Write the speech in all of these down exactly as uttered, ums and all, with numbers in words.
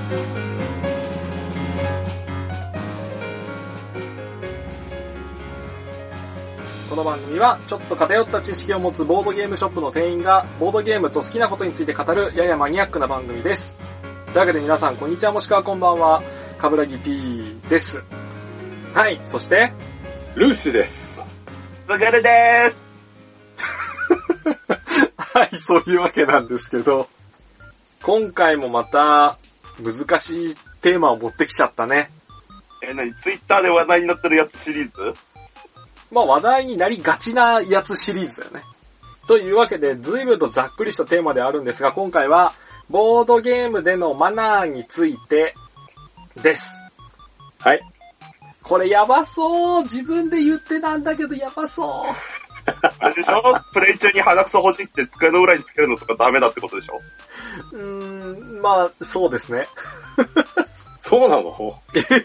この番組はちょっと偏った知識を持つボードゲームショップの店員がボードゲームと好きなことについて語るややマニアックな番組です。というわけで皆さんこんにちはもしくはこんばんは、カブラギ P です。はい、そしてルーシュです。 スグルでーす。 はい、そういうわけなんですけど、今回もまた難しいテーマを持ってきちゃったね。 え、なに、ツイッターで話題になってるやつシリーズ？ まあ話題になりがちなやつシリーズだよね。というわけで、随分とざっくりしたテーマであるんですが、今回は、ボードゲームでのマナーについて、です。 はい。 これやばそう。自分で言ってなんだけどやばそう。 あれでしょ？プレイ中に鼻くそほじって机の裏につけるのとかダメだってことでしょ？ うーん、まあ、そうですね。 そうなの？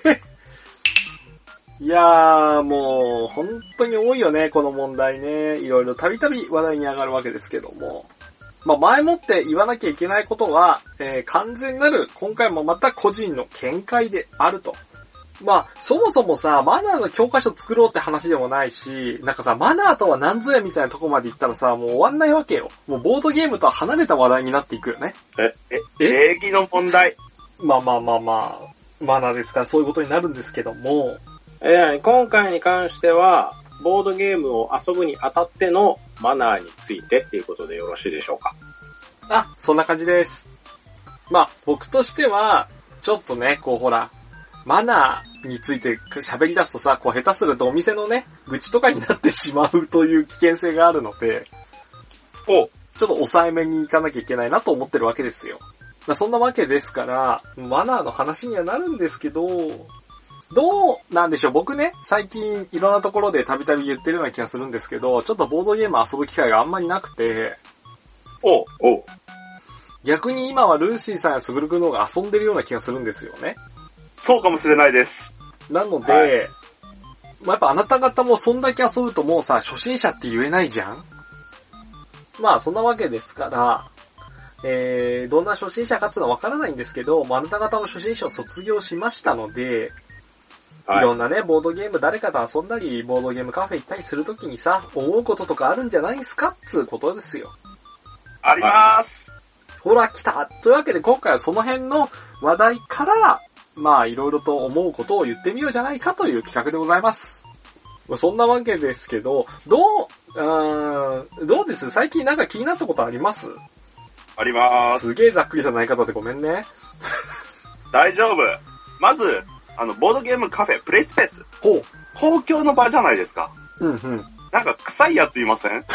いやー、もう、本当に多いよね、この問題ね。いろいろたびたび話題に上がるわけですけども。まあ、前もって言わなきゃいけないことは、えー、完全なる、今回もまた個人の見解であると。まあ、そもそもさ、マナーの教科書作ろうって話でもないし、なんかさ、マナーとは何ぞやみたいなとこまで行ったらさ、もう終わんないわけよ。もうボードゲームとは離れた話題になっていくよね。 え、え、礼儀の問題。 まあまあまあまあ、マナーですからそういうことになるんですけども。 えー、今回に関しては、ボードゲームを遊ぶにあたってのマナーについてっていうことでよろしいでしょうか？ あ、そんな感じです。まあ、僕としては、ちょっとね、こうほら、マナーについて喋り出すとさ、こう下手するとお店のね、愚痴とかになってしまうという危険性があるので、 お、 ちょっと抑えめに行かなきゃいけないなと思ってるわけですよ。まあ、そんなわけですから、マナーの話にはなるんですけど、どうなんでしょう。僕ね、最近いろんなところでたびたび言ってるような気がするんですけど、ちょっとボードゲーム遊ぶ機会があんまりなくて、 お、お、 逆に今はルーシーさんやスグル君の方が遊んでるような気がするんですよね。 そうかもしれないです。 なので、はい、まあ、やっぱあなた方もそんだけ遊ぶともうさ、初心者って言えないじゃん？まあそんなわけですから、えー、どんな初心者かっていうのはわからないんですけど、もうあなた方も初心者を卒業しましたので、いろんなね、ボードゲーム誰かと遊んだり、ボードゲームカフェ行ったりするときにさ、思うこととかあるんじゃないですかっつうことですよ。 ありまーす。 ほら来た。というわけで今回はその辺の話題から、まあいろいろと思うことを言ってみようじゃないかという企画でございます。そんなわけですけど、どう、うーん、どうです？最近なんか気になったことあります？ ありまーす。 すげえざっくりしたない方でごめんね。 大丈夫。まず、あの、ボードゲームカフェ、プレイスペース。 ほう。 公共の場じゃないですか。 うんうん。 なんか臭いやついません？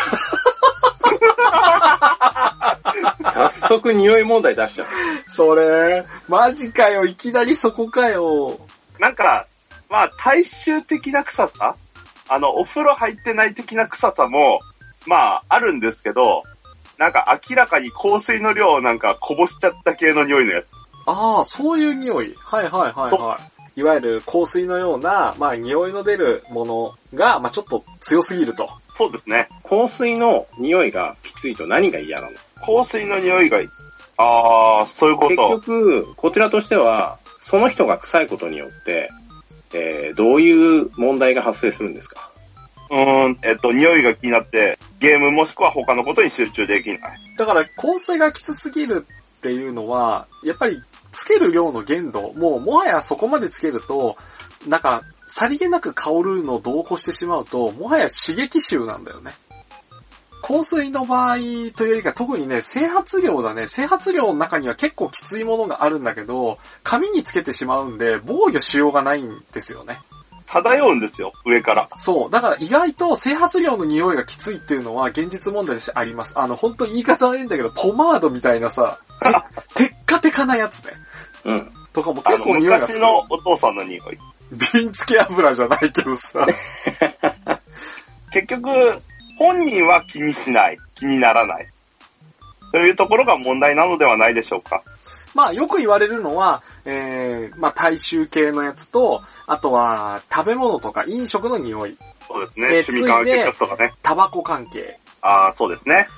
早速匂い問題出しちゃう。 それ、マジかよ、いきなりそこかよ。 なんか、まあ、大衆的な臭さ？あの、お風呂入ってない的な臭さも、まあ、あるんですけど、なんか明らかに香水の量をなんかこぼしちゃった系の匂いのやつ。 ああ、そういう匂い。はいはいはいはい。いわゆる香水のような、まあ匂いの出るものが、まあちょっと強すぎると。 そうですね。 香水の匂いがきついと何が嫌なの？ 香水の匂いがいい。ああ、そういうこと。 結局、こちらとしては、その人が臭いことによって、えー、どういう問題が発生するんですか？ うーん、えっと、匂いが気になって、ゲームもしくは他のことに集中できない。 だから香水がきつすぎるっていうのは、やっぱりつける量の限度、もうもはやそこまでつけると、なんか、さりげなく香るのを同行してしまうと、もはや刺激臭なんだよね。香水の場合というよりか、特にね、整髪量だね。整髪量の中には結構きついものがあるんだけど、髪につけてしまうんで、防御しようがないんですよね。 漂うんですよ、上から。 そう。だから意外と整髪量の匂いがきついっていうのは現実問題としてあります。あの、ほんと言い方はいいんだけど、ポマードみたいなさ、て、てっかてかなやつね。 うん。 とかも結構匂いがつく。 昔のお父さんの匂い。 瓶付け油じゃないけどさ。 結局、本人は気にしない。気にならない。というところが問題なのではないでしょうか。 まあよく言われるのは、えー、まあ大衆系のやつと、あとは食べ物とか飲食の匂い。 そうですね。趣味関係とかね。 タバコ関係。 ああ、そうですね。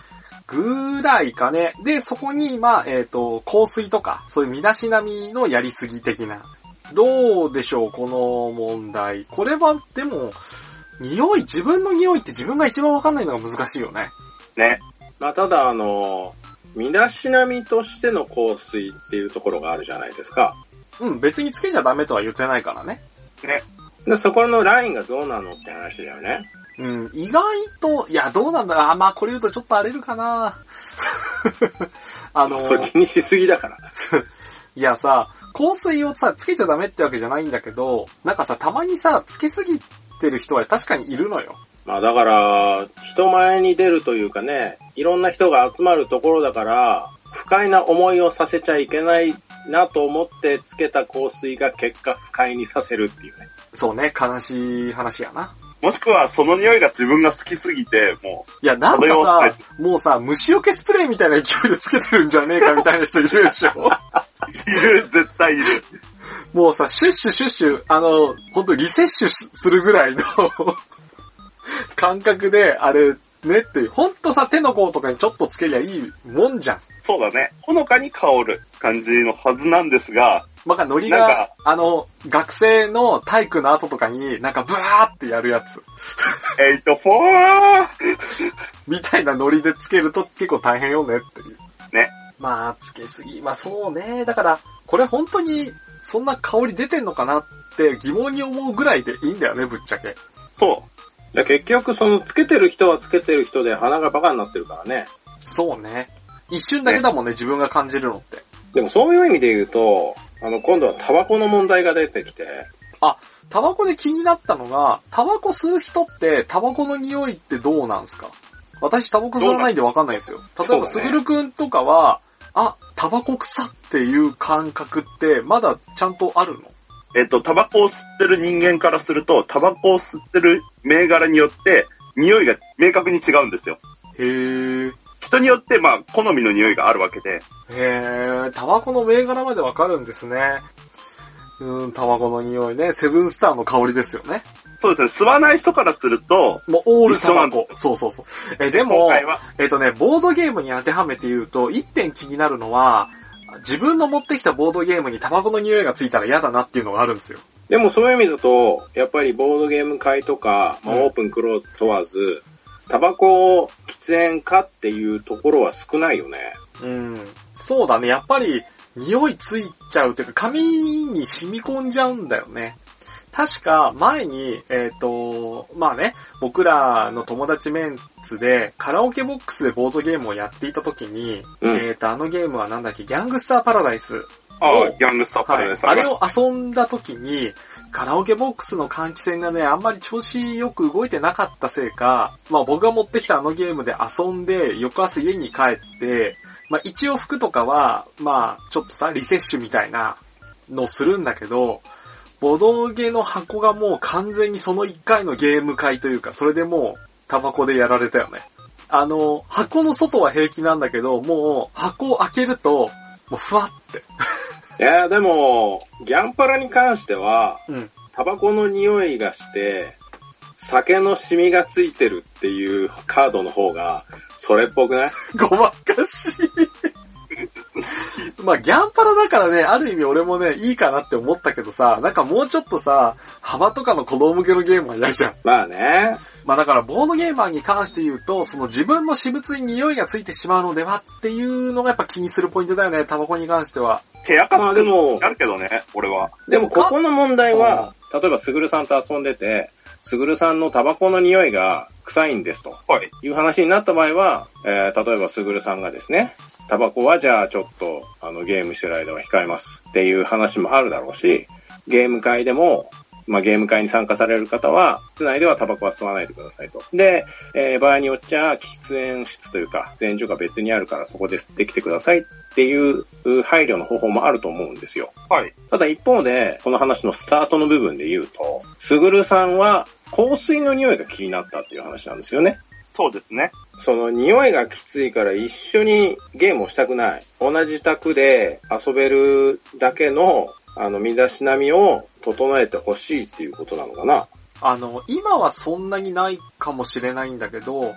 ぐらいかね。で、そこに、まあ、えっと、香水とか、そういう身だしなみのやりすぎ的な。どうでしょう、この問題。これは、でも、匂い、自分の匂いって自分が一番わかんないのが難しいよね。 ね。 まあ、ただ、あの、身だしなみとしての香水っていうところがあるじゃないですか。 うん、別につけちゃダメとは言ってないからね。 ね。 で、そこのラインがどうなのって話だよね。 うん、意外と、いや、どうなんだ、あ、まあ、これ言うとちょっと荒れるかな。あの、 それ気にしすぎだから。 いやさ、香水をさ、つけちゃダメってわけじゃないんだけど、なんかさ、たまにさ、つけすぎてる人は確かにいるのよ。 まあだから、人前に出るというかね、いろんな人が集まるところだから、不快な思いをさせちゃいけないなと思ってつけた香水が結果不快にさせるっていうね。 そうね、悲しい話やな。 もしくは、その匂いが自分が好きすぎて、もう。 いや、なんかさ、もうさ、虫除けスプレーみたいな勢いでつけてるんじゃねえかみたいな人いるでしょいる、絶対いる。 もうさ、シュッシュシュッシュ、あの、ほんとリセッシュするぐらいの感覚で、あれ、ねって、ほんとさ、手の甲とかにちょっとつけりゃいいもんじゃん。 そうだね。ほのかに香る感じのはずなんですが、 まか、ノリが、あの、学生の体育の後とかに、なんかブワーってやるやつ。 エイトフォーみたいなノリでつけると結構大変よねっていう。 ね。 まあ、つけすぎ。まあそうね。だから、これ本当に、そんな香り出てんのかなって疑問に思うぐらいでいいんだよね、ぶっちゃけ。 そう。 だ結局、その、つけてる人はつけてる人で鼻がバカになってるからね。 そうね。一瞬だけだもんね、自分が感じるのって。 でもそういう意味で言うと、あの、今度はタバコの問題が出てきて。 あ、タバコで気になったのが、タバコ吸う人って、タバコの匂いってどうなんすか？私タバコ吸わないんでわかんないですよ。例えば、すぐるくんとかは、あ、タバコ臭っていう感覚って、まだちゃんとあるの？ えっと、タバコを吸ってる人間からすると、タバコを吸ってる銘柄によって、匂いが明確に違うんですよ。 へー。 人によって、まあ、好みの匂いがあるわけで。 へー、タバコの銘柄までわかるんですね。うーん、タバコの匂いね。セブンスターの香りですよね。 そうですね。吸わない人からすると、 もうオールタバコ。そうそうそう。え、でも、 今回はえっとね、ボードゲームに当てはめて言うと、一点気になるのは、自分の持ってきたボードゲームにタバコの匂いがついたら嫌だなっていうのがあるんですよ。 でもそういう意味だと、やっぱりボードゲーム会とか、まあ、オープンクローズ問わず、タバコ喫煙かっていうところは少ないよね。 うん。そうだね。やっぱり、匂いついちゃうというか、髪に染み込んじゃうんだよね。確か、前に、えっと、まあね、僕らの友達メンツで、カラオケボックスでボードゲームをやっていた時に、うん、えっと、あのゲームはなんだっけ、ギャングスターパラダイス。 ああ、ギャングスターパラダイス、 はい。あれを遊んだ時に、カラオケボックスの換気扇がね、あんまり調子よく動いてなかったせいか、まあ僕が持ってきたあのゲームで遊んで、翌朝家に帰って、まあ一応服とかは、まあちょっとさ、リセッシュみたいなのをするんだけど、ボドゲの箱がもう完全にその一回のゲーム会というか、それでもうタバコでやられたよね。あの、箱の外は平気なんだけど、もう箱を開けると、もうふわって。 いや、でも、ギャンパラに関しては、 うん、 タバコの匂いがして、酒のシミがついてるっていうカードの方が、それっぽくない？ ごまかしい。まあ、ギャンパラだからね、ある意味俺もね、いいかなって思ったけどさ、なんかもうちょっとさ、幅とかの子供向けのゲームは嫌じゃん。 まあね。 まあだからボードゲーマーに関して言うと、その自分の私物に匂いがついてしまうのではっていうのがやっぱ気にするポイントだよね、タバコに関しては。 手垢まあでも、あるけどね、俺は。 でもここの問題は、例えばすぐるさんと遊んでて、すぐるさんのタバコの匂いが臭いんですと。はい。いう話になった場合は、えー、例えばすぐるさんがですね、タバコはじゃあちょっと、あの、ゲームしてる間は控えますっていう話もあるだろうし、ゲーム会でも、まあ、ゲーム会に参加される方は、室内ではタバコは吸わないでくださいと。で、えー、場合によっちゃ、喫煙室というか、喫煙所が別にあるからそこで吸ってきてくださいっていう配慮の方法もあると思うんですよ。はい。ただ一方で、この話のスタートの部分で言うと、すぐるさんは香水の匂いが気になったっていう話なんですよね。 そうですね。 その匂いがきついから一緒にゲームをしたくない。同じ宅で遊べるだけの、あの、身だしなみを整えてほしいっていうことなのかな。 あの、今はそんなにないかもしれないんだけど、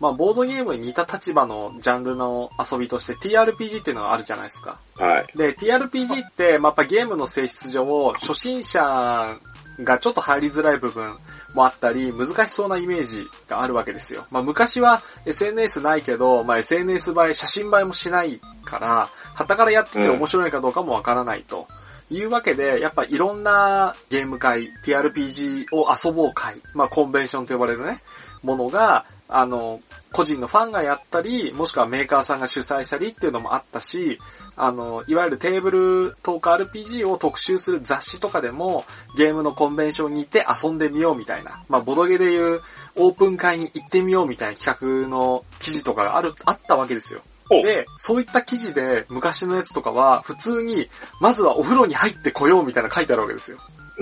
まあボードゲームに似た立場のジャンルの遊びとして ティーアールピージー っていうのがあるじゃないですか。 はい。 で、ティーアールピージー って、まあ、やっぱゲームの性質上、初心者がちょっと入りづらい部分もあったり、難しそうなイメージがあるわけですよ。まあ、昔は エスエヌエス ないけど、まあ、エスエヌエス 映え、写真映えもしないから、旗からやってて面白いかどうかもわからないと。うん、いうわけで、やっぱいろんなゲーム会、ティーアールピージー を遊ぼう会、まあ、コンベンションと呼ばれるね、ものが、あの、個人のファンがやったり、もしくはメーカーさんが主催したりっていうのもあったし、あの、いわゆるテーブルトーク アールピージー を特集する雑誌とかでも、ゲームのコンベンションに行って遊んでみようみたいな、まあ、ボドゲでいうオープン会に行ってみようみたいな企画の記事とかがある、あったわけですよ。で、そういった記事で昔のやつとかは、普通に、まずはお風呂に入ってこようみたいな書いてあるわけですよ。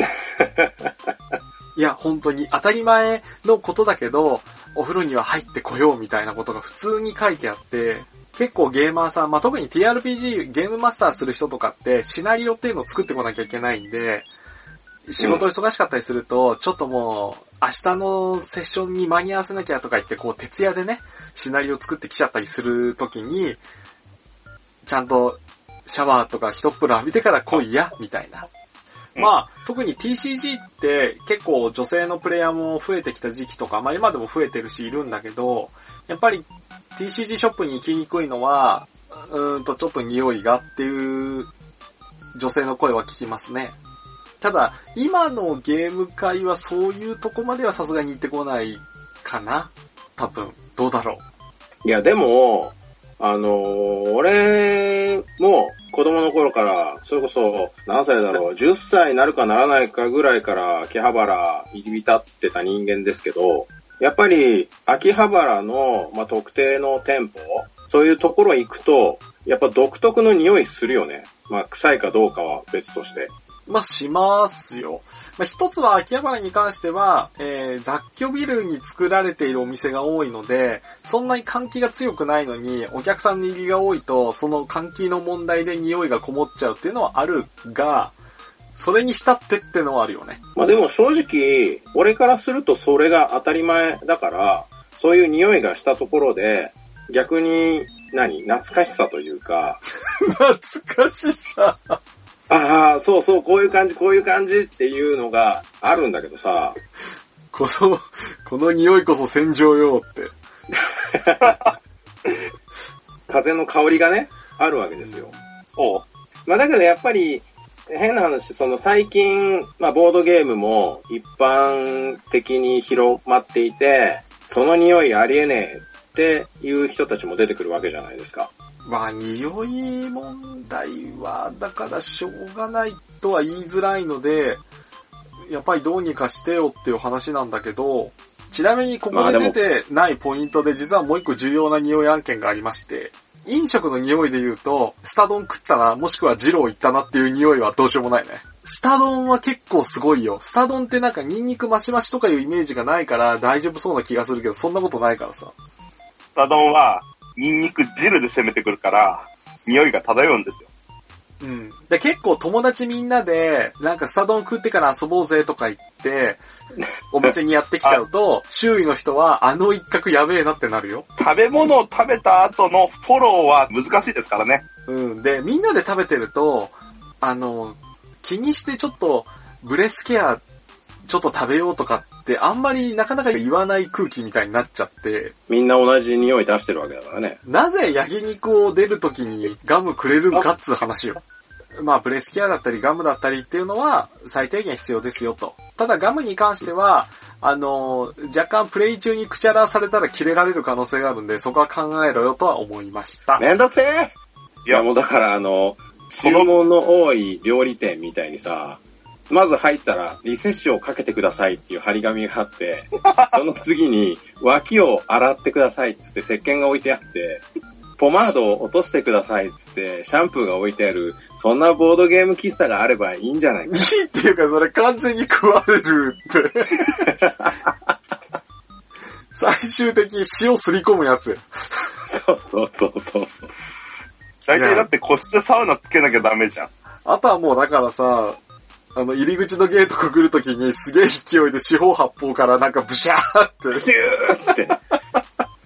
いや、本当に当たり前のことだけど、お風呂には入ってこようみたいなことが普通に書いてあって、結構ゲーマーさん、まあ、特に ティーアールピージー ゲームマスターする人とかってシナリオっていうのを作ってこなきゃいけないんで、仕事忙しかったりすると、ちょっともう明日のセッションに間に合わせなきゃとか言ってこう徹夜でね、シナリオ作ってきちゃったりするときに、ちゃんとシャワーとか一っ風呂浴びてから来いや、みたいな。まあ、特に ティーシージー って結構女性のプレイヤーも増えてきた時期とか、まあ今でも増えてるしいるんだけど、やっぱり ティーシージー ショップに行きにくいのは、うーんとちょっと匂いがっていう女性の声は聞きますね。ただ、今のゲーム界はそういうとこまではさすがに行ってこないかな。多分、どうだろう。いや、でも、あのー、俺も子供の頃から、それこそ何歳だろう、じゅっさいになるかならないかぐらいから秋葉原入り浸ってた人間ですけど、やっぱり秋葉原の、まあ、特定の店舗、そういうところ行くと、やっぱ独特の匂いするよね。まあ臭いかどうかは別として。 まあ、しますよ。まあ、一つは秋葉原に関しては、えー、雑居ビルに作られているお店が多いので、そんなに換気が強くないのに、お客さんの入りが多いと、その換気の問題で匂いがこもっちゃうっていうのはあるが、それにしたってってのはあるよね。 まあでも正直、俺からするとそれが当たり前だから、そういう匂いがしたところで、逆に、何？懐かしさというか。 懐かしさああ、そうそう、こういう感じ、こういう感じっていうのがあるんだけどさ。 この、この匂いこそ戦場よって。 風の香りがね、あるわけですよ。 おう。 まあだけどやっぱり、変な話、その最近、まあボードゲームも一般的に広まっていて、その匂いありえねえっていう人たちも出てくるわけじゃないですか。 まあ、匂い問題は、だからしょうがないとは言いづらいので、やっぱりどうにかしてよっていう話なんだけど、ちなみにここで出てないポイントで実はもう一個重要な匂い案件がありまして、飲食の匂いで言うと、スタ丼食ったな、もしくはジロー行ったなっていう匂いはどうしようもないね。スタ丼は結構すごいよ。スタ丼ってなんかニンニクマシマシとかいうイメージがないから大丈夫そうな気がするけど、そんなことないからさ。 スタ丼は、ニンニク汁で攻めてくるから、匂いが漂うんですよ。 うん。で、結構友達みんなで、なんかスタ丼食ってから遊ぼうぜとか言って、お店にやってきちゃうと、周囲の人はあの一角やべえなってなるよ。 食べ物を食べた後のフォローは難しいですからね。 うん。で、みんなで食べてると、あの、気にしてちょっと、ブレスケア、ちょっと食べようとかって、あんまりなかなか言わない空気みたいになっちゃって。 みんな同じ匂い出してるわけだからね。 なぜ焼肉を出るときにガムくれるんかっつう話よ。まあ、ブレスケアだったりガムだったりっていうのは最低限必要ですよと。ただガムに関しては、あの、若干プレイ中にくちゃらされたら切れられる可能性があるんで、そこは考えろよとは思いました。 めんどくせえいやもうだからあの、注文の多い料理店みたいにさ、まず入ったらリセッションをかけてくださいっていう張り紙があって、その次に脇を洗ってくださいっつって石鹸が置いてあって、ポマードを落としてくださいっつってシャンプーが置いてある、そんなボードゲーム喫茶があればいいんじゃないか。 いいっていうかそれ完全に食われるって。最終的に塩すり込むやつ。 そうそうそうそう。 大体だって個室サウナつけなきゃダメじゃん。 あとはもうだからさ、あの、入り口のゲートくぐるときにすげえ勢いで四方八方からなんかブシャーって。 シューって。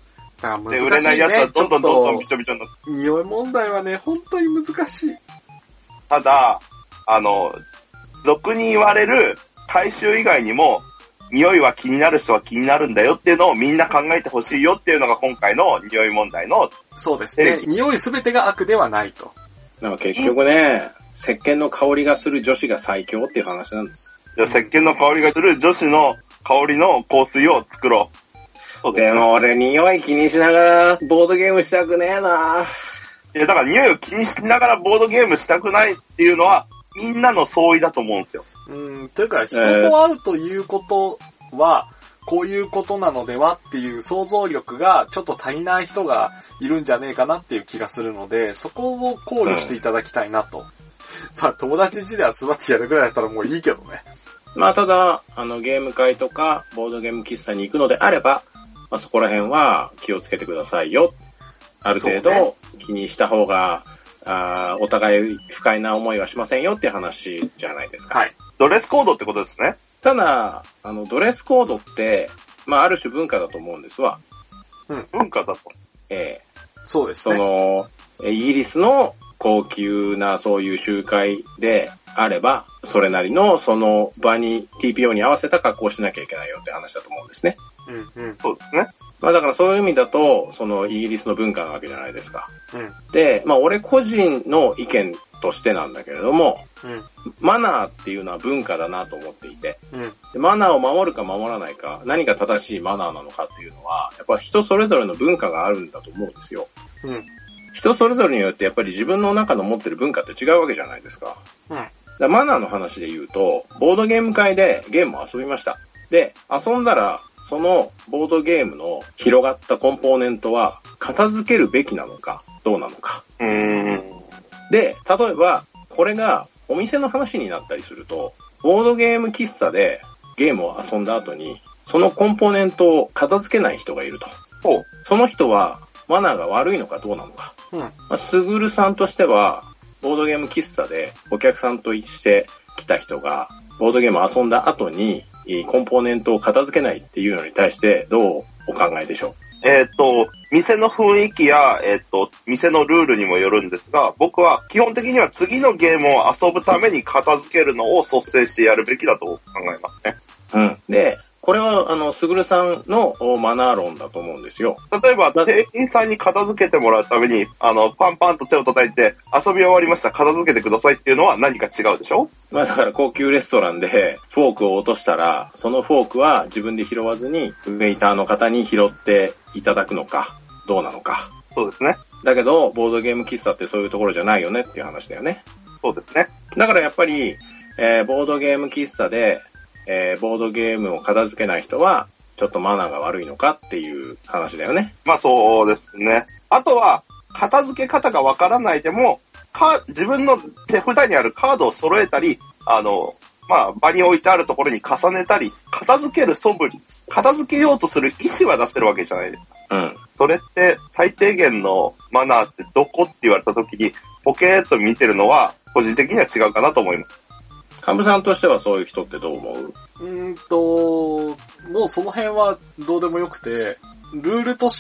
で、売れないやつはどんどんどんどんびちょびちょになって。 匂い問題はね、本当に難しい。 ただ、あの、俗に言われる大衆以外にも、匂いは気になる人は気になるんだよっていうのをみんな考えてほしいよっていうのが今回の匂い問題の。 そうですね。匂いすべてが悪ではないと。 でも結局ね、石鹸の香りがする女子が最強っていう話なんです。 じゃあ石鹸の香りがする女子の香りの香水を作ろう。 そうですね、でも俺匂い気にしながらボードゲームしたくねえな。 いやだから匂いを気にしながらボードゲームしたくないっていうのはみんなの相違だと思うんですよ。 うん、というか人と会うということは、こういうことなのではっていう想像力がちょっと足りない人がいるんじゃねえかなっていう気がするので、そこを考慮していただきたいなと。うん、まあ友達ん家で集まってやるぐらいだったらもういいけどね。 まあただ、あのゲーム会とかボードゲーム喫茶に行くのであれば、まあそこら辺は気をつけてくださいよ。ある程度気にした方が、あお互い不快な思いはしませんよっていう話じゃないですか。 はい。ドレスコードってことですね。 ただ、あのドレスコードって、まあある種文化だと思うんですわ。 うん、文化だと。 ええー、そうですね。 その、イギリスの高級なそういう集会であれば、それなりのその場に ティーピーオー に合わせた格好をしなきゃいけないよって話だと思うんですね。 うんうん。そうですね。 まあだからそういう意味だと、そのイギリスの文化なわけじゃないですか。 うん、 で、まあ俺個人の意見としてなんだけれども、 うん、 マナーっていうのは文化だなと思っていて、 うん、 でマナーを守るか守らないか、何が正しいマナーなのかっていうのは、やっぱ人それぞれの文化があるんだと思うんですよ。 うん、 人それぞれによってやっぱり自分の中の持ってる文化って違うわけじゃないですか。 うん、 だからマナーの話で言うと、ボードゲーム会でゲームを遊びました。で、遊んだら、そのボードゲームの広がったコンポーネントは片付けるべきなのか、どうなのか。 うーん。 で、例えば、これがお店の話になったりすると、ボードゲーム喫茶でゲームを遊んだ後に、そのコンポーネントを片付けない人がいると。その人はマナーが悪いのかどうなのか。 うん。 まあ、すぐるさんとしては、ボードゲーム喫茶でお客さんとして来た人が、ボードゲームを遊んだ後に、コンポーネントを片付けないっていうのに対してどうお考えでしょう？ えっと、店の雰囲気や、えっと、店のルールにもよるんですが、僕は基本的には次のゲームを遊ぶために片付けるのを率先してやるべきだと考えますね。 うん。で、これは、あの、すぐるさんのマナー論だと思うんですよ。 例えば、店員さんに片付けてもらうために、あの、パンパンと手を叩いて、遊び終わりました、片付けてくださいっていうのは何か違うでしょ？ まあだから高級レストランでフォークを落としたら、そのフォークは自分で拾わずに、ウェイターの方に拾っていただくのか、どうなのか。 そうですね。 だけど、ボードゲーム喫茶ってそういうところじゃないよねっていう話だよね。 そうですね。 だからやっぱり、えー、ボードゲーム喫茶で、えー、ボードゲームを片付けない人は、ちょっとマナーが悪いのかっていう話だよね。 まあそうですね。あとは、片付け方がわからないでも、か、自分の手札にあるカードを揃えたり、あの、まあ場に置いてあるところに重ねたり、片付ける素振り、片付けようとする意思は出せるわけじゃないですか。 うん。 それって最低限のマナーってどこって言われた時に、ポケーっと見てるのは、個人的には違うかなと思います。 カムさんとしてはそういう人ってどう思う？ うーんと、もうその辺はどうでもよくて、ルールとして、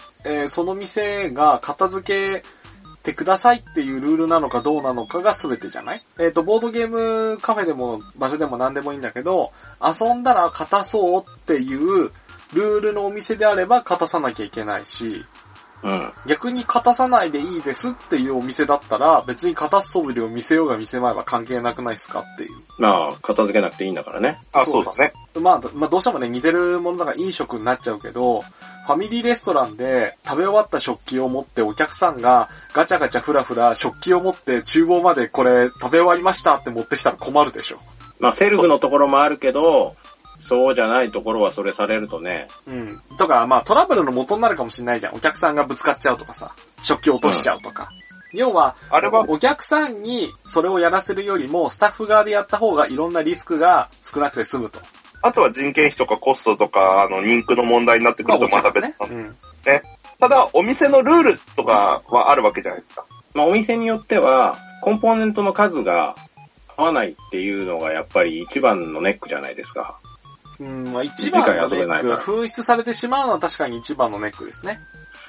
えー、その店が片付けてくださいっていうルールなのかどうなのかが全てじゃない？えっと、ボードゲームカフェでも場所でも何でもいいんだけど、遊んだら片そうっていうルールのお店であれば片さなきゃいけないし、 うん。 逆に片さないでいいですっていうお店だったら、別に片す素振りを見せようが見せまいは関係なくないですかっていう。 まあ、片付けなくていいんだからね。 あ、そうだね。 まあ、まあどうしてもね、似てるものだから飲食になっちゃうけど、ファミリーレストランで食べ終わった食器を持ってお客さんがガチャガチャフラフラ食器を持って厨房までこれ食べ終わりましたって持ってきたら困るでしょ。 まあ、セルフのところもあるけど、そうじゃないところはそれされるとね。 うん。とか、まあトラブルの元になるかもしれないじゃん。お客さんがぶつかっちゃうとかさ、食器落としちゃうとか。うん、要は、あれはお客さんにそれをやらせるよりも、スタッフ側でやった方がいろんなリスクが少なくて済むと。 あとは人件費とかコストとか、あの、人気の問題になってくるとまた別なんですね。うんね。ただ、お店のルールとかはあるわけじゃないですか。 まあ、お店によっては、コンポーネントの数が合わないっていうのがやっぱり一番のネックじゃないですか。 うん、まあ一番のネック、紛失されてしまうのは確かに一番のネックですね。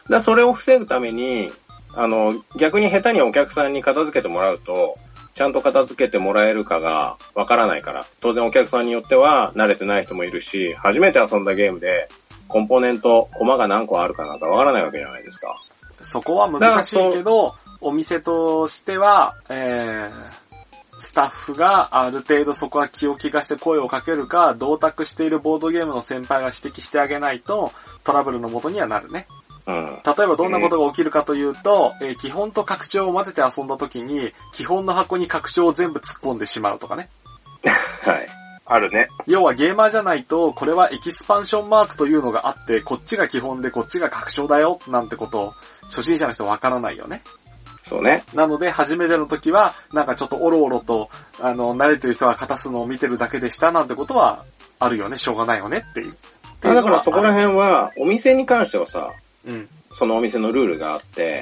だそれを防ぐために、あの、逆に下手にお客さんに片付けてもらうと、ちゃんと片付けてもらえるかがわからないから。当然お客さんによっては慣れてない人もいるし、初めて遊んだゲームでコンポーネント、コマが何個あるかなんかわからないわけじゃないですか。 そこは難しいけど、お店としては、えー、スタッフがある程度そこは気を利かして声をかけるか、同卓しているボードゲームの先輩が指摘してあげないとトラブルの元にはなるね。 うん、 例えばどんなことが起きるかというと、えー、基本と拡張を混ぜて遊んだ時に、基本の箱に拡張を全部突っ込んでしまうとかね。 はい。あるね。 要はゲーマーじゃないと、これはエキスパンションマークというのがあって、こっちが基本でこっちが拡張だよ、なんてことを、初心者の人わからないよね。 そうね。 なので、初めての時は、なんかちょっとオロオロと、あの、慣れてる人が片すのを見てるだけでした、なんてことは、あるよね、しょうがないよねっていう。 だからそこら辺は、お店に関してはさ、 うん。 そのお店のルールがあって、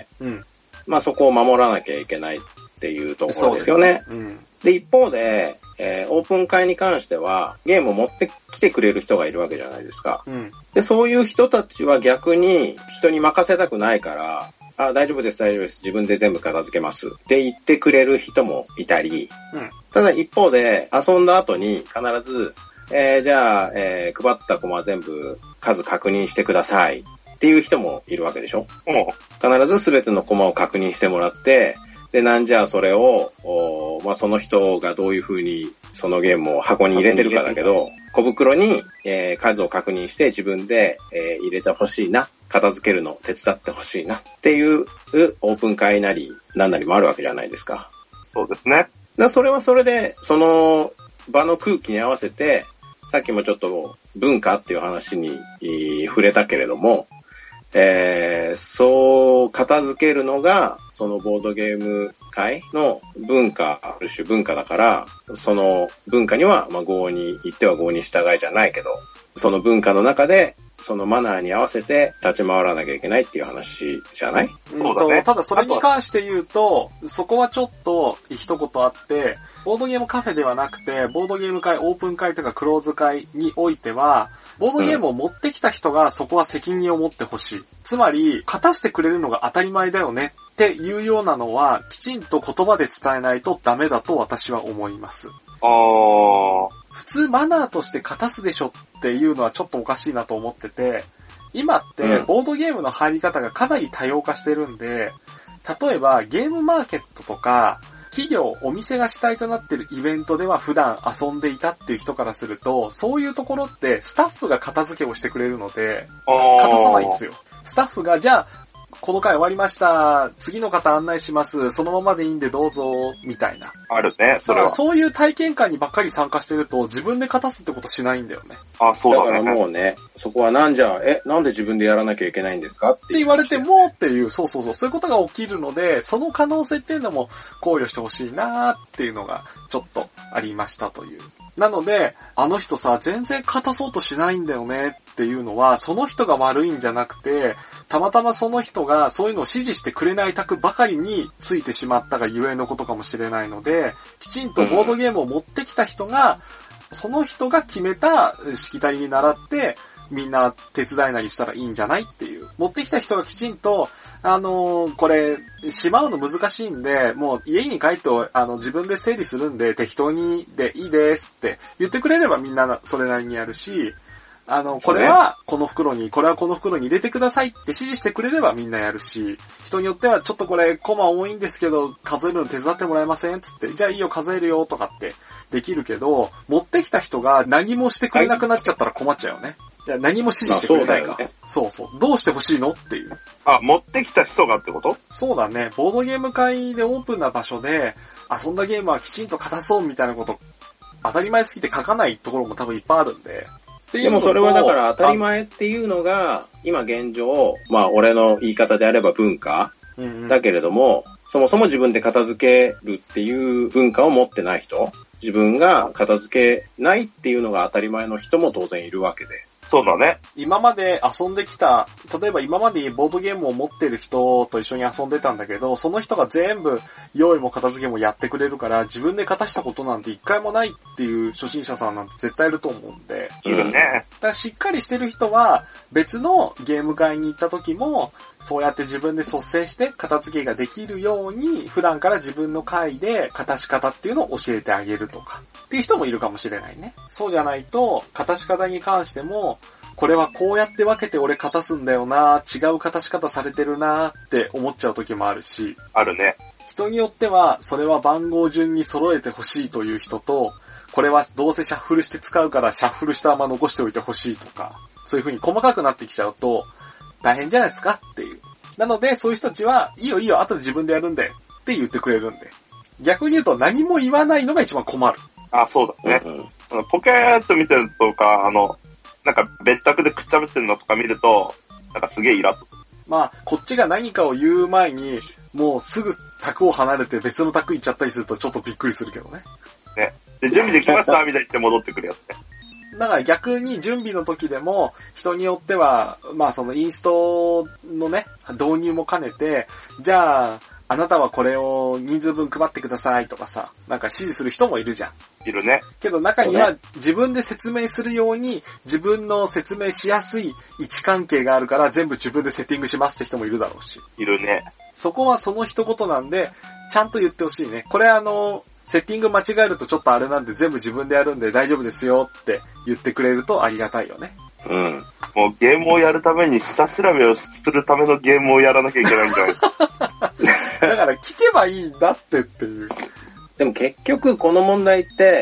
うん。 まあそこを守らなきゃいけないっていうところですよね。 そうですね。うん。 で、一方で、えー、オープン会に関しては、ゲームを持ってきてくれる人がいるわけじゃないですか。 うん。 で、そういう人たちは逆に人に任せたくないから、あ、大丈夫です、大丈夫です。自分で全部片付けます。って言ってくれる人もいたり、 うん。 ただ一方で、遊んだ後に必ず、えー、じゃあ、えー、配ったコマ全部数確認してください。っていう人もいるわけでしょ？ うん。 必ず全てのコマを確認してもらって、で、なんじゃあそれを、まあ、その人がどういう風にそのゲームを箱に入れてるかだけど、小袋に、えー、数を確認して自分で、えー、入れてほしいな、片付けるの手伝ってほしいなっていうオープン会なり、なんなりもあるわけじゃないですか。 そうですね。 だそれはそれで、その場の空気に合わせて、さっきもちょっと文化っていう話に触れたけれども、えー、そう片付けるのがそのボードゲーム界の文化、ある種文化だから、その文化には、まあ、合に、言っては合に従いじゃないけど、その文化の中で、そのマナーに合わせて立ち回らなきゃいけないっていう話じゃない？ そうだね。 ただそれに関して言うと、そこはちょっと一言あって、ボードゲームカフェではなくて、ボードゲーム会、オープン会とかクローズ会においては、ボードゲームを持ってきた人がそこは責任を持ってほしい。つまり、勝たしてくれるのが当たり前だよねっていうようなのは、きちんと言葉で伝えないとダメだと私は思います。 あー。 普通マナーとして勝たすでしょっていうのはちょっとおかしいなと思ってて、今ってボードゲームの入り方がかなり多様化してるんで、例えばゲームマーケットとか、企業、お店が主体となっているイベントでは普段遊んでいたっていう人からすると、そういうところってスタッフが片付けをしてくれるので、片さないんですよ。スタッフが、じゃあ、この回終わりました。次の方案内します。そのままでいいんでどうぞ、みたいな。 あるね、それは。 だからそういう体験会にばっかり参加してると、自分で片すってことしないんだよね。 あ、そうだね。 だからもうね、そこはなんじゃ、え、なんで自分でやらなきゃいけないんですかってって言われてもっていう、そうそうそう、そういうことが起きるので、その可能性っていうのも考慮してほしいなーっていうのがちょっとありましたという。なので、あの人さ、全然片そうとしないんだよねっていうのは、その人が悪いんじゃなくて、たまたまその人がそういうのを指示してくれない卓ばかりについてしまったがゆえのことかもしれないので、きちんとボードゲームを持ってきた人が、その人が決めたしきたりに倣って、みんな手伝いなりしたらいいんじゃないっていう。持ってきた人がきちんと、あのー、これ、しまうの難しいんで、もう家に帰って、あの、自分で整理するんで適当にでいいですって言ってくれればみんなそれなりにやるし、あの、これはこの袋に、これはこの袋に入れてくださいって指示してくれればみんなやるし、人によってはちょっとこれコマ多いんですけど数えるの手伝ってもらえませんつって、じゃあいいよ数えるよとかってできるけど、持ってきた人が何もしてくれなくなっちゃったら困っちゃうよね。じゃあ何も指示してくれないか。そうだよね。そうそう。どうしてほしいのっていう。 あ、持ってきた人がってこと？ そうだね。ボードゲーム会でオープンな場所で遊んだゲームはきちんと片そうみたいなこと当たり前すぎて書かないところも多分いっぱいあるんで。 でもそれはだから当たり前っていうのが、今現状、まあ俺の言い方であれば文化だけれども、うんうん、そもそも自分で片付けるっていう文化を持ってない人、自分が片付けないっていうのが当たり前の人も当然いるわけで。 そうだね。 今まで遊んできた、例えば今までボードゲームを持ってる人と一緒に遊んでたんだけど、その人が全部用意も片付けもやってくれるから、自分で片したことなんて一回もないっていう初心者さんなんて絶対いると思うんで。 いるね。 だからしっかりしてる人は別のゲーム会に行った時も、 そうやって自分で率先して片付けができるように、普段から自分の回で片し方っていうのを教えてあげるとか、っていう人もいるかもしれないね。そうじゃないと、片し方に関しても、これはこうやって分けて俺片すんだよな、違う片し方されてるなって思っちゃう時もあるし。 あるね。 人によっては、それは番号順に揃えてほしいという人と、これはどうせシャッフルして使うからシャッフルしたまま残しておいてほしいとか、そういう風に細かくなってきちゃうと、大変じゃないですかっていう。なので、そういう人たちは、いいよいいよ、後で自分でやるんで、って言ってくれるんで。逆に言うと何も言わないのが一番困る。 あ、そうだね。うんうん、ポケーっと見てるとか、あの、なんか別宅でくっちゃべってるのとか見ると、なんかすげえイラッと。 まあ、こっちが何かを言う前に、もうすぐ宅を離れて別の宅行っちゃったりするとちょっとびっくりするけどね。 ね。で、準備できましたみたいに言って戻ってくるやつね。 だから逆に準備の時でも、人によっては、まあそのインストのね、導入も兼ねて、じゃあ、あなたはこれを人数分配ってくださいとかさ、なんか指示する人もいるじゃん。 いるね。 けど中には自分で説明するように、自分の説明しやすい位置関係があるから全部自分でセッティングしますって人もいるだろうし。 いるね。 そこはその一言なんで、ちゃんと言ってほしいね。これあの、セッティング間違えるとちょっとあれなんで全部自分でやるんで大丈夫ですよって言ってくれるとありがたいよね。 うん。もうゲームをやるために下調べをするためのゲームをやらなきゃいけないんじゃないだから聞けばいいんだってっていう。 でも結局この問題って、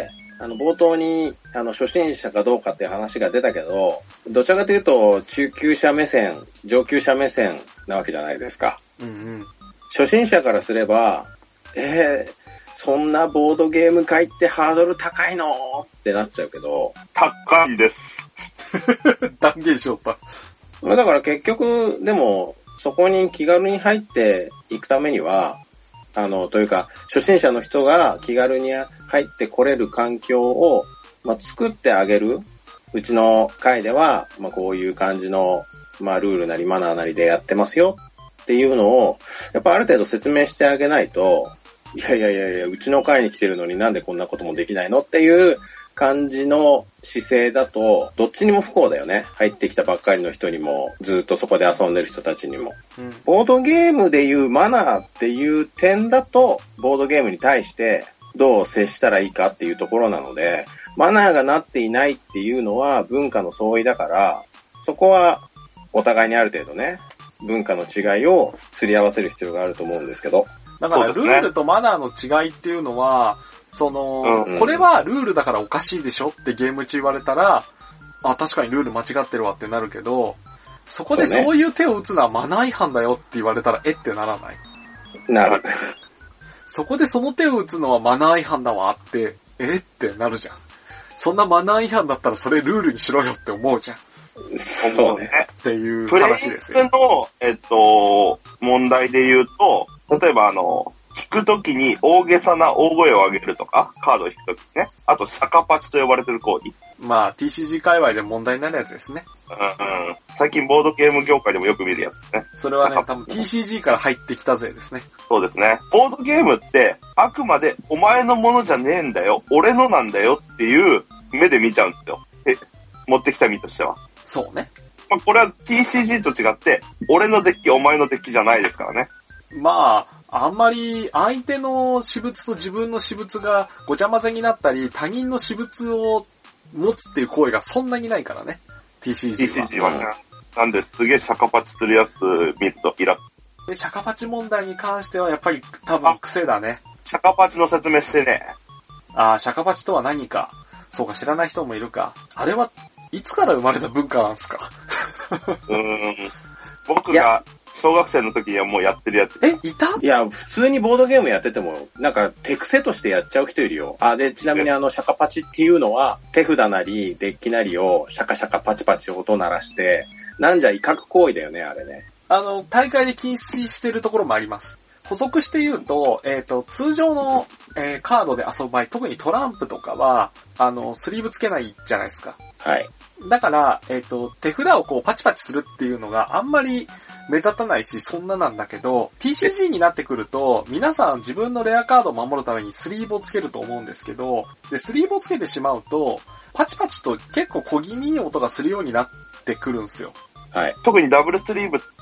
あの冒頭にあの初心者かどうかっていう話が出たけど、どちらかというと中級者目線、上級者目線なわけじゃないですか。 うんうん。 初心者からすれば、えー、そんなボードゲーム会ってハードル高いのってなっちゃうけど。 高いです。 断言しよった。 だから結局、でも、そこに気軽に入っていくためには、あの、というか、初心者の人が気軽に入ってこれる環境を、まあ、作ってあげる。うちの会では、まあ、こういう感じの、まあ、ルールなりマナーなりでやってますよっていうのを、やっぱある程度説明してあげないと、いやいやいやいや、うちの会に来てるのになんでこんなこともできないのっていう感じの姿勢だと、どっちにも不幸だよね。入ってきたばっかりの人にも、ずっとそこで遊んでる人たちにも。うん、ボードゲームでいうマナーっていう点だと、ボードゲームに対してどう接したらいいかっていうところなので、マナーがなっていないっていうのは文化の相違だから、そこはお互いにある程度ね、文化の違いをすり合わせる必要があると思うんですけど。 だからルールとマナーの違いっていうのは、その、うん、これはルールだからおかしいでしょってゲーム中言われたら、あ、確かにルール間違ってるわってなるけど、そこでそういう手を打つのはマナー違反だよって言われたら、えってならない？ なる。 そこでその手を打つのはマナー違反だわって、えってなるじゃん。そんなマナー違反だったらそれルールにしろよって思うじゃん。 そうね。 っていう話ですよ。 プレイングの、えっと、問題で言うと、例えばあの、引くときに大げさな大声を上げるとか、カードを引くときね。あと、シャカパチと呼ばれてる行為。 まあ、ティーシージー 界隈で問題になるやつですね。 うんうん。最近ボードゲーム業界でもよく見るやつですね。 それはね、多分 ティーシージー から入ってきたぜですね。 そうですね。ボードゲームって、あくまでお前のものじゃねえんだよ。俺のなんだよっていう目で見ちゃうんですよ。え、持ってきた身としては。 そうね。 まあ、これは ティーシージー と違って、俺のデッキ、お前のデッキじゃないですからね。 まあ、あんまり相手の私物と自分の私物がごちゃ混ぜになったり、他人の私物を持つっていう行為がそんなにないからね。ティーシージー は。 ティーシージー はね。なんで、すげえシャカパチするやつ見るとイラッ。 で、シャカパチ問題に関してはやっぱり多分癖だね。 シャカパチの説明してね。 ああ、シャカパチとは何か。そうか、知らない人もいるか。あれはいつから生まれた文化なんすか？ うーん。僕が小学生の時にはもうやってるやつ。 え、いた？ いや、普通にボードゲームやってても、なんか手癖としてやっちゃう人いるよ。あ、で、ちなみにあの、シャカパチっていうのは、手札なり、デッキなりをシャカシャカパチパチ音鳴らして、なんじゃ威嚇行為だよね、あれね。 あの、大会で禁止してるところもあります。補足して言うと、えっと、通常の、えー、カードで遊ぶ場合、特にトランプとかは、あの、スリーブつけないじゃないですか。 はい。 だから、えっと、手札をこうパチパチするっていうのがあんまり目立たないし、そんななんだけど、ティーシージー になってくると、皆さん自分のレアカードを守るためにスリーブをつけると思うんですけど、で、スリーブをつけてしまうと、パチパチと結構小気味いい音がするようになってくるんですよ。 はい。 特にダブルスリーブっ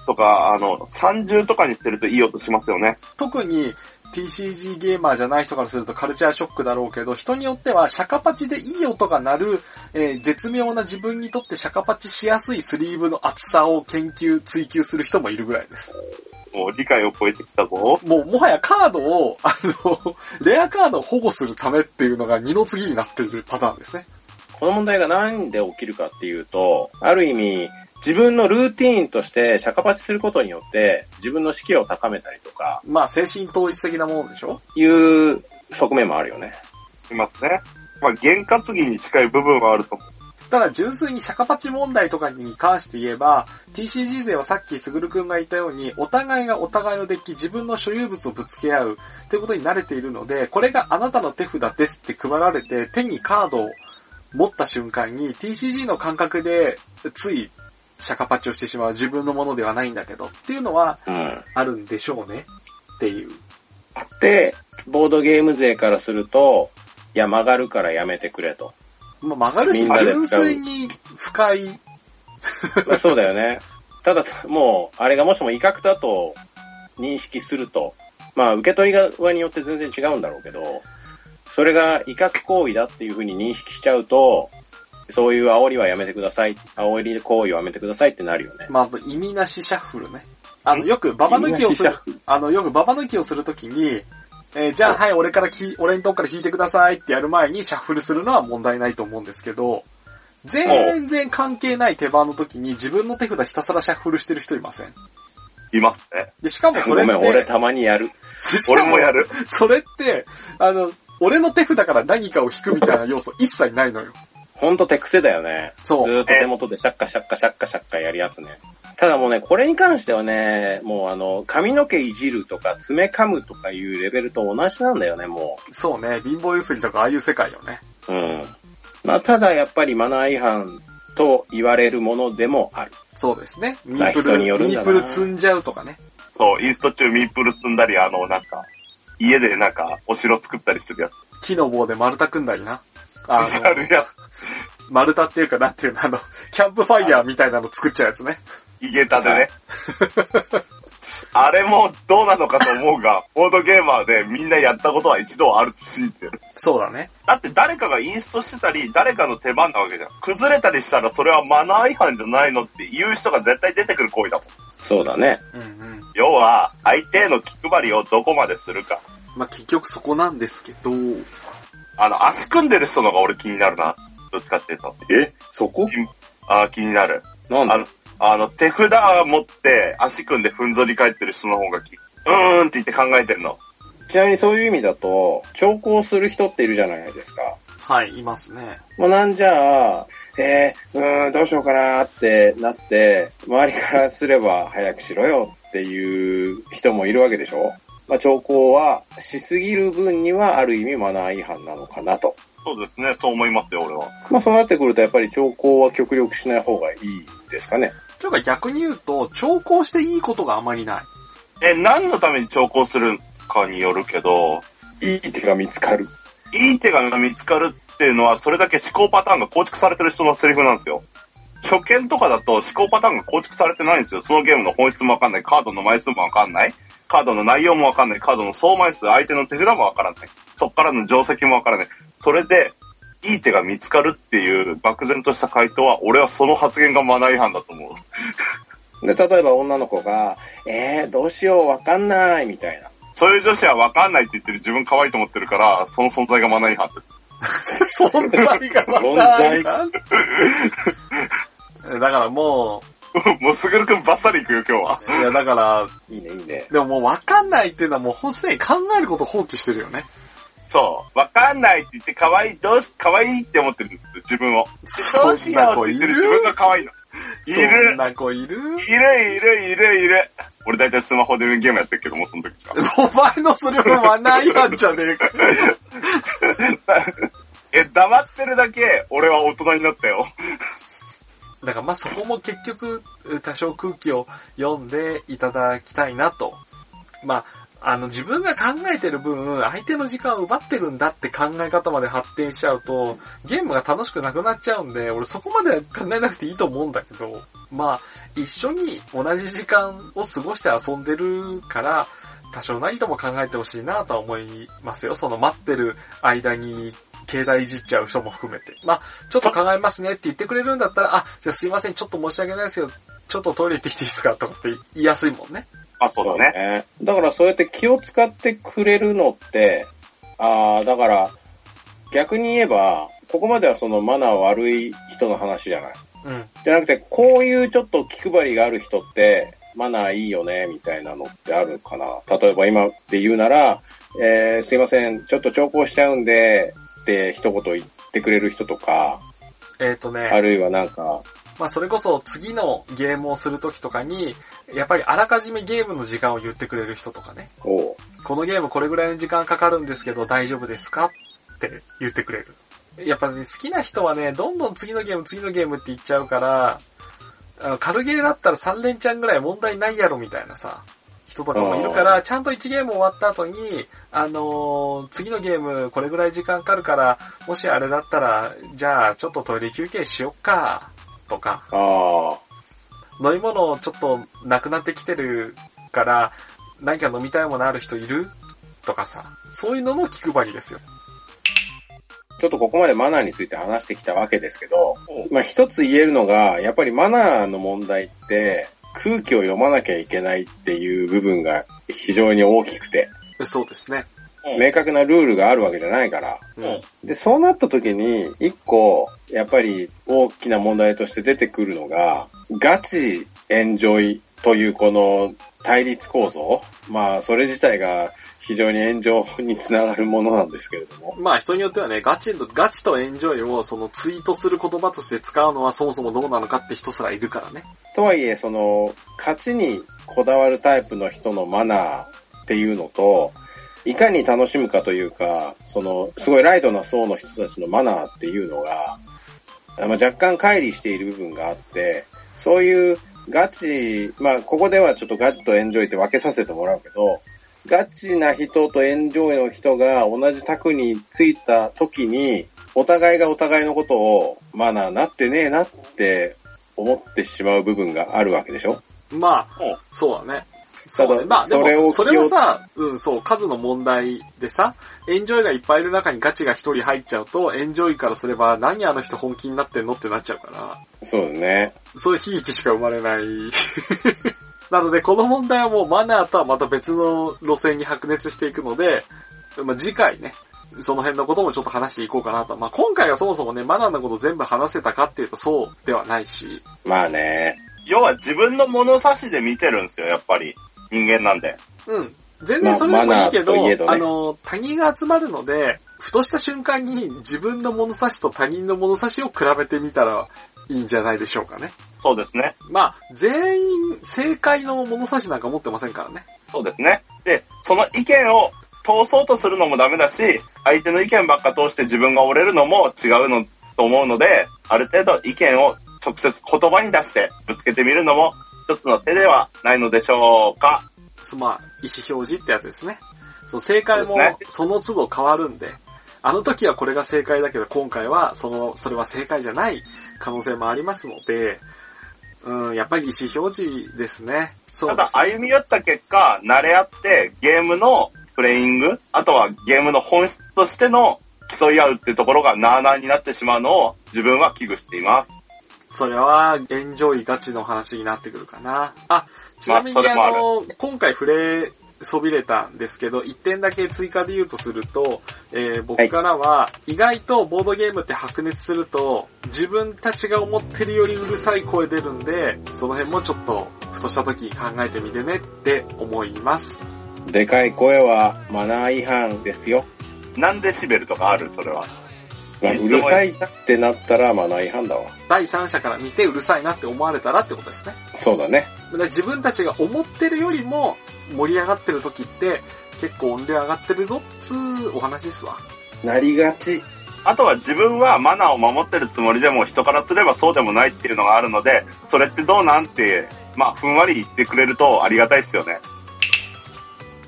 とか、あの、さんじゅうとかにしてるといい音しますよね。 特に ティーシージー ゲーマーじゃない人からするとカルチャーショックだろうけど、人によってはシャカパチでいい音が鳴る、えー、絶妙な自分にとってシャカパチしやすいスリーブの厚さを研究、追求する人もいるぐらいです。 もう理解を超えてきたぞ。 もうもはやカードを、あの、レアカードを保護するためっていうのが二の次になっているパターンですね。 この問題が何で起きるかっていうと、ある意味、自分のルーティーンとしてシャカパチすることによって自分の士気を高めたりとか。 まあ精神統一的なものでしょ？ いう側面もあるよね。 いますね。まあ験担ぎに近い部分はあると思う。 ただ純粋にシャカパチ問題とかに関して言えば、ティーシージー 勢はさっきすぐるくんが言ったように、お互いがお互いのデッキ、自分の所有物をぶつけ合うということに慣れているので、これがあなたの手札ですって配られて、手にカードを持った瞬間に ティーシージー の感覚でついシャカパチをしてしまう、自分のものではないんだけどっていうのはあるんでしょうねっていう。 で、ボードゲーム勢からすると、いや曲がるからやめてくれと。 まあ、曲がるし純粋に不快。 まあそうだよね。ただもうあれがもしも威嚇だと認識すると、まあ受け取り側によって全然違うんだろうけど、それが威嚇行為だっていう風に認識しちゃうと、そういう煽りはやめてください。煽り行為をやめてくださいってなるよね。 まあ、あと意味なしシャッフルね。あの、よくババ抜きをする、あの、よくババ抜きをするときに、えー、じゃあはい、俺からき、俺のとこから引いてくださいってやる前にシャッフルするのは問題ないと思うんですけど、全然関係ない手番の時に自分の手札ひたすらシャッフルしてる人いません？ いますね。 で、しかもそれって。 ごめん、俺たまにやる。 俺もやる。 それって、あの、俺の手札から何かを引くみたいな要素一切ないのよ。 ほんと手癖だよね。 そう。 ずーっと手元でシャッカシャッカシャッカシャッカやるやつね。ただもうね、これに関してはね、もうあの、髪の毛いじるとか爪噛むとかいうレベルと同じなんだよね、もう。そうね、貧乏ゆすりとかああいう世界よね。 うん。まあ、ただやっぱりマナー違反と言われるものでもある。 そうですね。ミープル、ミープル積んじゃうとかね。 そう、イースト中ミープル積んだり、あの、なんか、家でなんか、お城作ったりするやつ。 木の棒で丸太組んだりな。 あの、あるやつ。 丸太っていうか、なんていうの、あの、キャンプファイヤーみたいなの作っちゃうやつね。 井桁でね。あれもどうなのかと思うが、ボードゲーマーでみんなやったことは一度はあると信じてる。 そうだね。 だって誰かがインストしてたり、誰かの手番なわけじゃん。崩れたりしたらそれはマナー違反じゃないのって言う人が絶対出てくる行為だもん。 そうだね。 うんうん。 要は、相手への気配りをどこまでするか。 まあ、結局そこなんですけど、 あの、足組んでる人のが俺気になるな。どっちかっていうと。 えそこあ、気になる。 なんだあの、あの手札持って足組んでふんぞり返ってる人の方が気、うーんって言って考えてるの。 ちなみにそういう意味だと、長考する人っているじゃないですか。 はい、いますね。 もうなんじゃあ、えー、うーん、どうしようかなーってなって、周りからすれば早くしろよっていう人もいるわけでしょ？まあ、長考はしすぎる分にはある意味マナー違反なのかなと。 そうですね、そう思いますよ、俺は。 まあそうなってくるとやっぱり長考は極力しない方がいいですかね。 というか逆に言うと、長考していいことがあまりない。 え、何のために長考するかによるけど、 いい手が見つかる。 いい手が見つかるっていうのは、それだけ思考パターンが構築されてる人のセリフなんですよ。初見とかだと思考パターンが構築されてないんですよ。そのゲームの本質もわかんない、カードの枚数もわかんない、カードの内容もわかんない、カードの総枚数、相手の手札もわからない。そっからの定石もわからない。それで、いい手が見つかるっていう漠然とした回答は、俺はその発言がマナー違反だと思う。 で、例えば女の子が、えー、どうしよう、わかんない、みたいな。 そういう女子はわかんないって言ってる自分可愛いと思ってるから、その存在がマナー違反です。 存在がマナー違反だからもう、もうすぐるくんバッサリ行くよ、今日は。 いや、だから、 いいね、いいね。 でももうわかんないっていうのはもうほんとに考えることを放棄してるよね。 そう。わかんないって言って可愛い、どうし、可愛いって思ってるんですよ、自分を。どうしようって言ってる自分が可愛いの。いる。 そんな子いる？ いる、いる、いる、いる。俺大体スマホでゲームやってるけども、その時は。お前のそれもマナー違反じゃねえか。 え、黙ってるだけ、俺は大人になったよ。 だからまあそこも結局、多少空気を読んでいただきたいなと。まあ、 あの、自分が考えてる分、相手の時間を奪ってるんだって考え方まで発展しちゃうと、ゲームが楽しくなくなっちゃうんで、俺そこまで考えなくていいと思うんだけど、まあ、一緒に同じ時間を過ごして遊んでるから、多少なりとも考えてほしいなとは思いますよ。その待ってる間に、携帯いじっちゃう人も含めて。まあ、ちょっと考えますねって言ってくれるんだったら、あ、じゃあすいません、ちょっと申し訳ないですよ。ちょっとトイレ行ってきていいですかとかって言いやすいもんね。 あ、そうだね。 だからそうやって気を使ってくれるのって、ああ、だから逆に言えば、ここまではそのマナー悪い人の話じゃない。 うん。 じゃなくて、こういうちょっと気配りがある人って、マナーいいよね、みたいなのってあるかな。例えば今で言うなら、えー、すいません、ちょっと長考しちゃうんで、って一言言ってくれる人とか、 えっとね。 あるいはなんか、 まあそれこそ次のゲームをするときとかに、やっぱりあらかじめゲームの時間を言ってくれる人とかね。 おこのゲームこれぐらいの時間かかるんですけど大丈夫ですかって言ってくれる。やっぱね、好きな人はね、どんどん次のゲーム次のゲームって言っちゃうから、あの軽ゲーだったらさん連チャンぐらい問題ないやろみたいなさ、人とかもいるから、ちゃんといちゲーム終わった後に、あのー、次のゲームこれぐらい時間かかるから、もしあれだったら、じゃあちょっとトイレ休憩しよっか、とか。 ああ。 飲み物ちょっとなくなってきてるから、何か飲みたいものある人いるとかさ、そういうのの気配りですよ。 ちょっとここまでマナーについて話してきたわけですけど、まあ一つ言えるのが、やっぱりマナーの問題って、空気を読まなきゃいけないっていう部分が非常に大きくて。 そうですね。 明確なルールがあるわけじゃないから。 うん、 で、そうなった時に、一個、やっぱり大きな問題として出てくるのが、ガチエンジョイというこの対立構造。まあ、それ自体が非常に炎上につながるものなんですけれども。 まあ、人によってはね、ガチと、ガチとエンジョイをそのツイートする言葉として使うのはそもそもどうなのかって人すらいるからね。 とはいえ、その、勝ちにこだわるタイプの人のマナーっていうのと、いかに楽しむかというか、その、すごいライトな層の人たちのマナーっていうのが、まあ、若干乖離している部分があって、そういうガチ、まあ、ここではちょっとガチとエンジョイって分けさせてもらうけど、ガチな人とエンジョイの人が同じ卓についた時に、お互いがお互いのことを、マナーなってねえなって思ってしまう部分があるわけでしょ？ まあ、そうだね。 そうね。 まあでも、それはさ、うん、そう、数の問題でさ、エンジョイがいっぱいいる中にガチが一人入っちゃうと、エンジョイからすれば、何あの人本気になってんのってなっちゃうから。 そうだね。 そういう悲劇しか生まれない。なので、この問題はもうマナーとはまた別の路線に白熱していくので、まあ次回ね、その辺のこともちょっと話していこうかなと。まあ今回はそもそもね、マナーのこと全部話せたかっていうとそうではないし。 まあね。 要は自分の物差しで見てるんですよ、やっぱり。人間なんで。 うん。全然それでもいいけど、 まあ、ね、 あの、他人が集まるので、ふとした瞬間に自分の物差しと他人の物差しを比べてみたらいいんじゃないでしょうかね。 そうですね。 まあ、全員正解の物差しなんか持ってませんからね。 そうですね。で、その意見を通そうとするのもダメだし、相手の意見ばっか通して自分が折れるのも違うのと思うので、ある程度意見を直接言葉に出してぶつけてみるのも一つの手ではないのでしょうか。 まあ、意思表示ってやつですね。そう、正解もその都度変わるんで、あの時はこれが正解だけど今回はその、それは正解じゃない可能性もありますので、うん、やっぱり意思表示ですね。そうですね。 ただ歩み寄った結果、慣れ合ってゲームのプレイング、あとはゲームの本質としての競い合うっていうところがなあなあになってしまうのを自分は危惧しています。 それはエンジョイガチの話になってくるかな。あ、ちなみに、まあ、あの、今回触れそびれたんですけど、一点だけ追加で言うとすると、えー、僕からは、意外とボードゲームって白熱すると、自分たちが思ってるよりうるさい声出るんで、その辺もちょっと、ふとした時考えてみてねって思います。 でかい声はマナー違反ですよ。 何デシベルとかある？それは。 うるさいなってなったらマナー違反だわ。 第三者から見てうるさいなって思われたらってことですね。 そうだね。 自分たちが思ってるよりも盛り上がってる時って結構音量上がってるぞっつーお話ですわ。 なりがち。 あとは自分はマナーを守ってるつもりでも人からすればそうでもないっていうのがあるので、それってどうなんて、まあふんわり言ってくれるとありがたいですよね。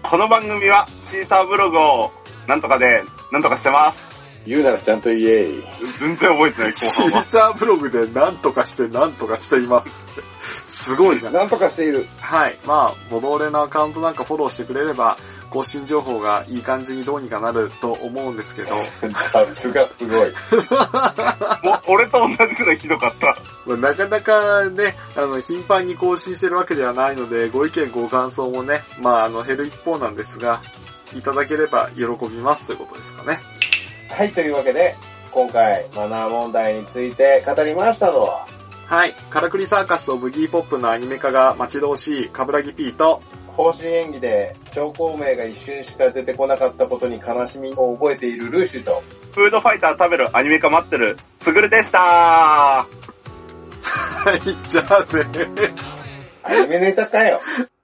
この番組はシーサーブログをなんとかで、なんとかしてます。 言うならちゃんと言え。 全然覚えてない、 シーサーブログでなんとかしてなんとかしています。すごいな。 なんとかしている。 はい。まあ、ボドレのアカウントなんかフォローしてくれれば、更新情報がいい感じにどうにかなると思うんですけど。 さすがすごい。 もう、俺と同じくらいひどかった。 なかなかね、あの、頻繁に更新してるわけではないので、ご意見ご感想もね、まあ、あの、減る一方なんですが、いただければ喜びますということですかね。 はい、というわけで、今回、マナー問題について語りましたのは、 はい、カラクリサーカスとブギーポップのアニメ化が待ち遠しいカブラギ P と、 方針演技で超高名が一瞬しか出てこなかったことに悲しみを覚えているルーシュと、 フードファイター食べるアニメ化待ってるスグルでしたー。 はい、じゃあね。 アニメネタかよ。